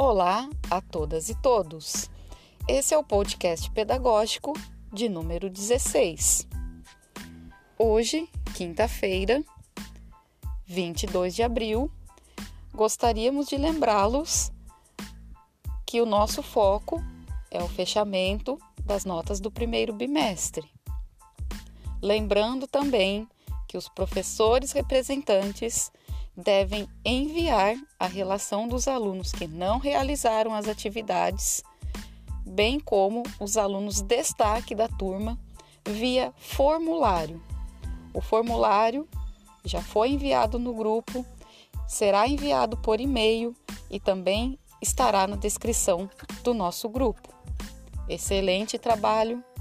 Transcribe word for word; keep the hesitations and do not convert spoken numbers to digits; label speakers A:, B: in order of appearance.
A: Olá a todas e todos. Esse é o podcast pedagógico de número dezesseis. Hoje, quinta-feira, vinte e dois de abril, gostaríamos de lembrá-los que o nosso foco é o fechamento das notas do primeiro bimestre. Lembrando também que os professores representantes devem enviar a relação dos alunos que não realizaram as atividades, bem como os alunos destaque da turma, via formulário. O formulário já foi enviado no grupo, será enviado por e-mail e também estará na descrição do nosso grupo. Excelente trabalho